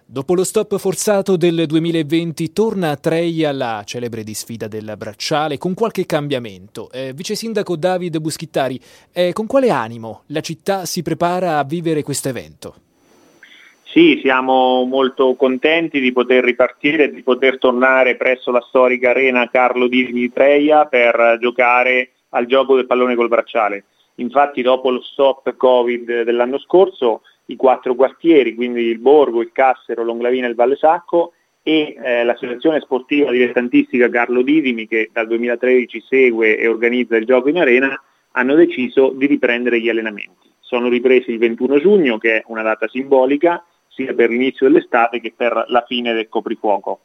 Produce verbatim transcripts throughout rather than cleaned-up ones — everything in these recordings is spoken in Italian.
Dopo lo stop forzato del duemilaventi torna a Treia la celebre disfida del bracciale con qualche cambiamento. Eh, Vice Sindaco David Buschittari, eh, con quale animo la città si prepara a vivere questo evento? Sì, siamo molto contenti di poter ripartire e di poter tornare presso la storica arena Carlo Didimi di Treia per giocare al gioco del pallone col bracciale. Infatti dopo lo stop Covid dell'anno scorso i quattro quartieri, quindi il Borgo, il Cassero, l'Onglavina e il Valle Sacco e eh, l'associazione sportiva dilettantistica Carlo Didimi, che dal duemilatredici segue e organizza il gioco in arena, hanno deciso di riprendere gli allenamenti. Sono ripresi il ventuno giugno, che è una data simbolica, sia per l'inizio dell'estate che per la fine del coprifuoco.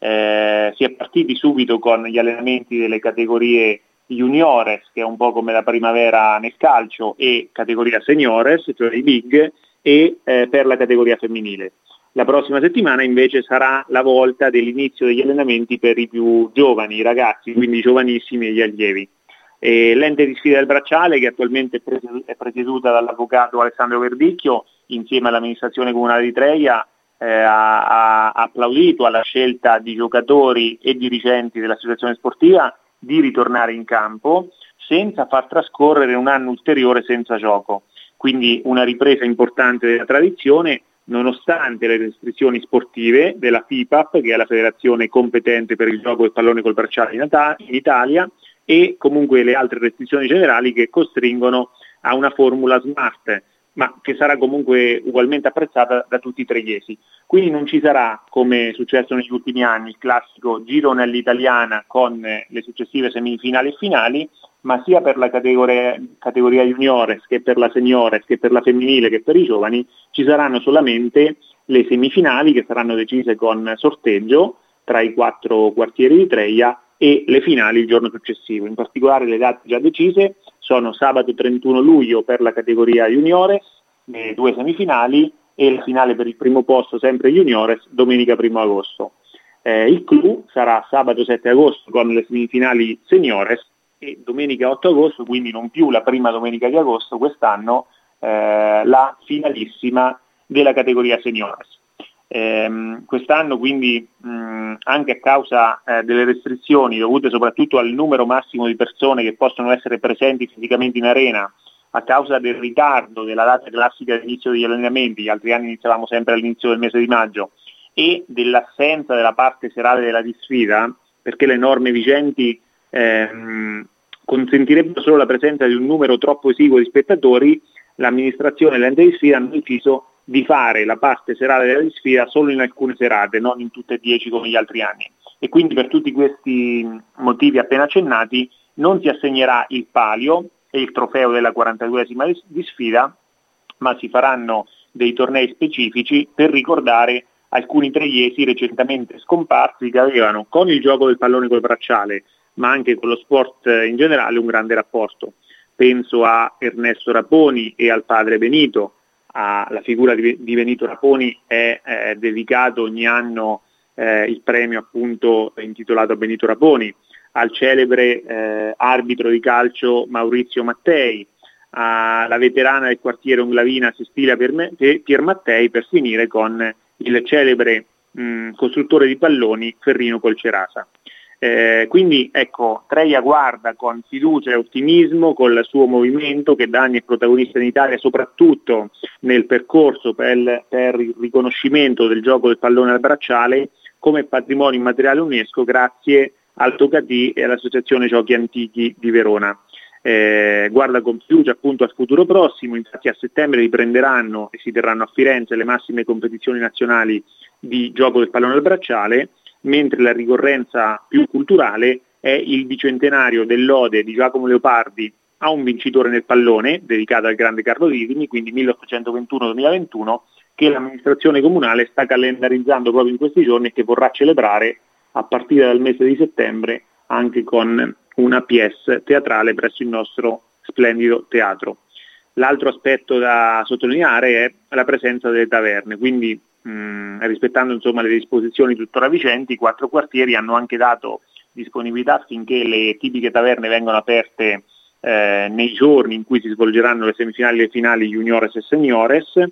Eh, si è partiti subito con gli allenamenti delle categorie juniores, che è un po' come la primavera nel calcio, e categoria seniores, cioè i big, e eh, per la categoria femminile. La prossima settimana invece sarà la volta dell'inizio degli allenamenti per i più giovani, i ragazzi, quindi i giovanissimi e gli allievi. E l'ente di sfida del bracciale, che attualmente è, pres- è presieduta dall'avvocato Alessandro Verdicchio, insieme all'amministrazione comunale di Treia, eh, ha, ha applaudito alla scelta di giocatori e dirigenti dell'associazione sportiva di ritornare in campo senza far trascorrere un anno ulteriore senza gioco. Quindi una ripresa importante della tradizione, nonostante le restrizioni sportive della FIPAP, che è la federazione competente per il gioco del pallone col bracciale in, At- in Italia, e comunque le altre restrizioni generali che costringono a una formula smart, ma che sarà comunque ugualmente apprezzata da tutti i treiesi. Quindi non ci sarà, come è successo negli ultimi anni, il classico girone all'italiana con le successive semifinali e finali, ma sia per la categoria, categoria juniores che per la seniores, che per la femminile, che per i giovani, ci saranno solamente le semifinali che saranno decise con sorteggio tra i quattro quartieri di Treia e le finali il giorno successivo. In particolare le date già decise sono sabato trentuno luglio per la categoria juniores, le due semifinali, e la finale per il primo posto sempre juniores domenica primo agosto. Eh, il clou sarà sabato sette agosto con le semifinali seniores e domenica otto agosto, quindi non più la prima domenica di agosto, quest'anno eh, la finalissima della categoria seniores. Eh, quest'anno quindi mh, anche a causa eh, delle restrizioni dovute soprattutto al numero massimo di persone che possono essere presenti fisicamente in arena, a causa del ritardo della data classica dell'inizio degli allenamenti, gli altri anni iniziavamo sempre all'inizio del mese di maggio, e dell'assenza della parte serale della disfida, perché le norme vigenti ehm, consentirebbero solo la presenza di un numero troppo esiguo di spettatori, l'amministrazione e l'ente di sfida hanno deciso di fare la parte serale della disfida solo in alcune serate, non in tutte e dieci come gli altri anni. E quindi per tutti questi motivi appena accennati non si assegnerà il palio e il trofeo della quarantaduesima di sfida, ma si faranno dei tornei specifici per ricordare alcuni treiesi recentemente scomparsi che avevano con il gioco del pallone col bracciale, ma anche con lo sport in generale, un grande rapporto. Penso a Ernesto Raponi e al padre Benito. Alla figura di Benito Raponi è eh, dedicato ogni anno eh, il premio appunto intitolato a Benito Raponi, al celebre eh, arbitro di calcio Maurizio Mattei, alla veterana del quartiere Onglavina Sestilia Pier Mattei, per finire con il celebre mh, costruttore di palloni Ferrino Colcerasa. Eh, quindi ecco, Treia guarda con fiducia e ottimismo col suo movimento, che da anni è protagonista in Italia soprattutto nel percorso per, per il riconoscimento del gioco del pallone al bracciale come patrimonio immateriale UNESCO grazie al Tocatì e all'Associazione Giochi Antichi di Verona. Eh, guarda con fiducia appunto al futuro prossimo, infatti a settembre riprenderanno e si terranno a Firenze le massime competizioni nazionali di gioco del pallone al bracciale, mentre la ricorrenza più culturale è il bicentenario dell'ode di Giacomo Leopardi a un vincitore nel pallone, dedicato al grande Carlo Didimi, quindi milleottocentoventuno duemilaventuno, che l'amministrazione comunale sta calendarizzando proprio in questi giorni e che vorrà celebrare a partire dal mese di settembre anche con una pièce teatrale presso il nostro splendido teatro. L'altro aspetto da sottolineare è la presenza delle taverne, quindi mh, rispettando insomma le disposizioni tuttora vigenti, i quattro quartieri hanno anche dato disponibilità affinché le tipiche taverne vengano aperte eh, nei giorni in cui si svolgeranno le semifinali e le finali juniores e seniores,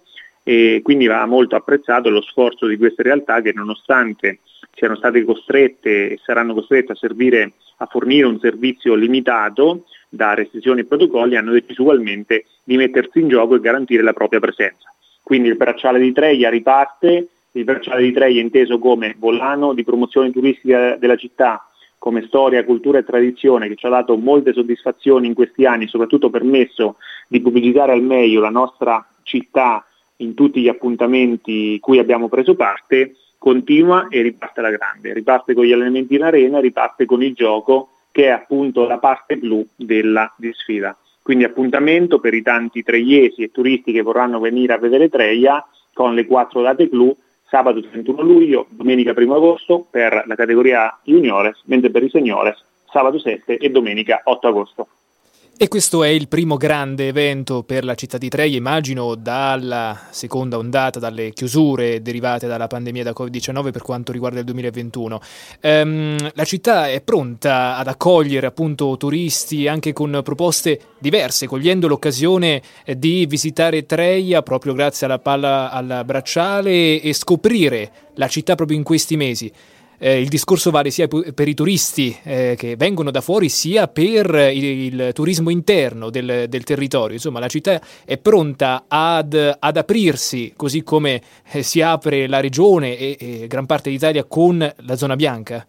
e quindi va molto apprezzato lo sforzo di queste realtà che, nonostante siano state costrette e saranno costrette a servire a fornire un servizio limitato da restrizioni e protocolli, hanno deciso ugualmente di mettersi in gioco e garantire la propria presenza. Quindi il bracciale di Treia riparte, il bracciale di Treia inteso come volano di promozione turistica della città, come storia, cultura e tradizione, che ci ha dato molte soddisfazioni in questi anni e soprattutto permesso di pubblicizzare al meglio la nostra città in tutti gli appuntamenti cui abbiamo preso parte, continua e riparte alla grande, riparte con gli allenamenti in arena, riparte con il gioco, che è appunto la parte blu della disfida. Quindi appuntamento per i tanti treiesi e turisti che vorranno venire a vedere Treia con le quattro date clou: sabato trentuno luglio, domenica primo agosto per la categoria juniores, mentre per i seniores sabato sette e domenica otto agosto. E questo è il primo grande evento per la città di Treia, immagino, dalla seconda ondata, dalle chiusure derivate dalla pandemia da covid diciannove per quanto riguarda il duemilaventuno. Ehm, la città è pronta ad accogliere appunto turisti anche con proposte diverse, cogliendo l'occasione di visitare Treia proprio grazie alla palla al bracciale e scoprire la città proprio in questi mesi. Eh, il discorso vale sia per i turisti eh, che vengono da fuori, sia per il, il turismo interno del, del territorio. Insomma, la città è pronta ad, ad aprirsi, così come eh, si apre la regione e, e gran parte d'Italia con la zona bianca?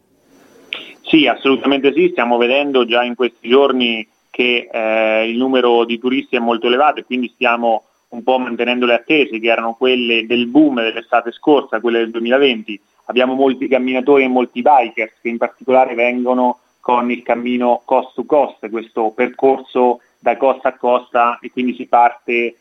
Sì, assolutamente sì. Stiamo vedendo già in questi giorni che eh, il numero di turisti è molto elevato e quindi stiamo un po' mantenendo le attese, che erano quelle del boom dell'estate scorsa, quelle del duemilaventi. Abbiamo molti camminatori e molti bikers che in particolare vengono con il cammino coast to coast, questo percorso da costa a costa, e quindi si parte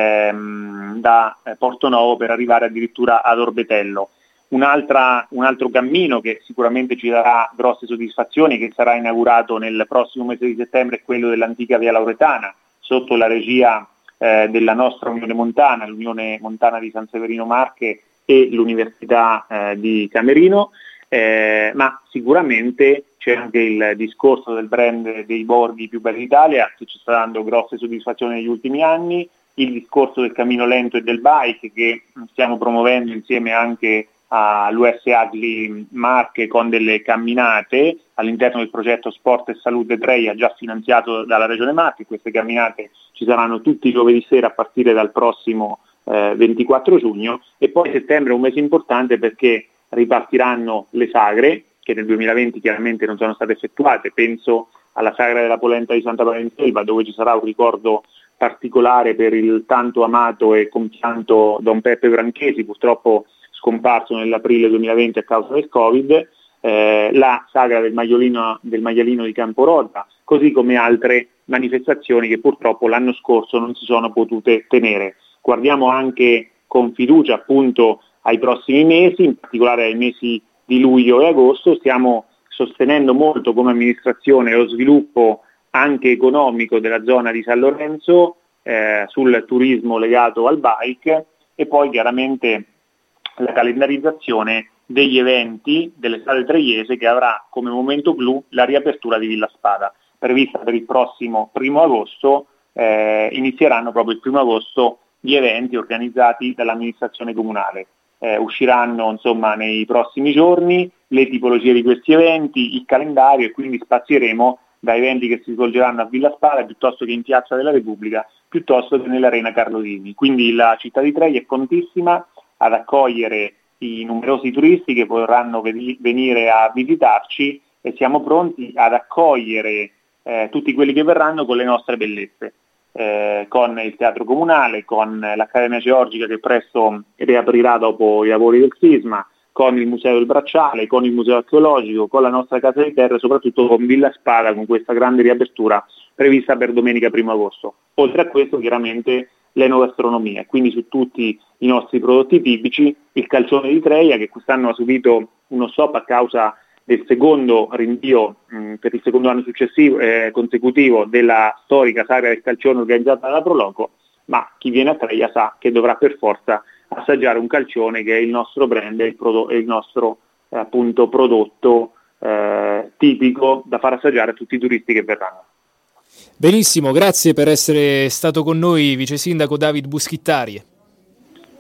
ehm, da Porto Novo per arrivare addirittura ad Orbetello. Un'altra, un altro cammino che sicuramente ci darà grosse soddisfazioni, che sarà inaugurato nel prossimo mese di settembre, è quello dell'antica Via Lauretana, sotto la regia eh, della nostra Unione Montana, l'Unione Montana di San Severino Marche e l'Università eh, di Camerino, eh, ma sicuramente c'è anche il discorso del brand dei borghi più belli d'Italia, che ci sta dando grosse soddisfazioni negli ultimi anni, il discorso del cammino lento e del bike che stiamo promuovendo insieme anche all'U S A G L I Marche con delle camminate all'interno del progetto Sport e Salute Treia, già finanziato dalla Regione Marche. Queste camminate ci saranno tutti i giovedì sera a partire dal prossimo eh, ventiquattro giugno, e poi settembre è un mese importante perché ripartiranno le sagre che nel duemilaventi chiaramente non sono state effettuate. Penso alla sagra della polenta di Santa Parenselva, dove ci sarà un ricordo particolare per il tanto amato e compianto Don Peppe Branchesi, purtroppo scomparso nell'aprile duemilaventi a causa del Covid, eh, la sagra del maiolino, del maialino di Camporota, così come altre manifestazioni che purtroppo l'anno scorso non si sono potute tenere. Guardiamo anche con fiducia appunto ai prossimi mesi, in particolare ai mesi di luglio e agosto. Stiamo sostenendo molto come amministrazione lo sviluppo anche economico della zona di San Lorenzo eh, sul turismo legato al bike, e poi chiaramente la calendarizzazione degli eventi dell'estate treiese, che avrà come momento clou la riapertura di Villa Spada, prevista per il prossimo primo agosto. Eh, inizieranno proprio il primo agosto gli eventi organizzati dall'amministrazione comunale. Eh, usciranno insomma nei prossimi giorni le tipologie di questi eventi, il calendario, e quindi spazieremo da eventi che si svolgeranno a Villa Spada piuttosto che in Piazza della Repubblica, piuttosto che nell'Arena Carlo Dini. Quindi la città di Treia è prontissima ad accogliere i numerosi turisti che vorranno venire a visitarci, e siamo pronti ad accogliere eh, tutti quelli che verranno con le nostre bellezze, eh, con il teatro comunale, con l'Accademia Georgica che presto riaprirà dopo i lavori del sisma, con il Museo del Bracciale, con il Museo Archeologico, con la nostra Casa di Terra e soprattutto con Villa Spada, con questa grande riapertura prevista per domenica primo agosto. Oltre a questo chiaramente l'enogastronomia, quindi su tutti i nostri prodotti tipici, il calcione di Treia che quest'anno ha subito uno stop a causa del secondo rinvio mh, per il secondo anno successivo eh, consecutivo della storica sagra del calcione organizzata dalla Proloco, ma chi viene a Treia sa che dovrà per forza assaggiare un calcione che è il nostro brand e il, prodo- il nostro eh, appunto prodotto eh, tipico da far assaggiare a tutti i turisti che verranno. Benissimo, grazie per essere stato con noi, vice sindaco David Buschittari.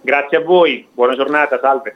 Grazie a voi, buona giornata, salve.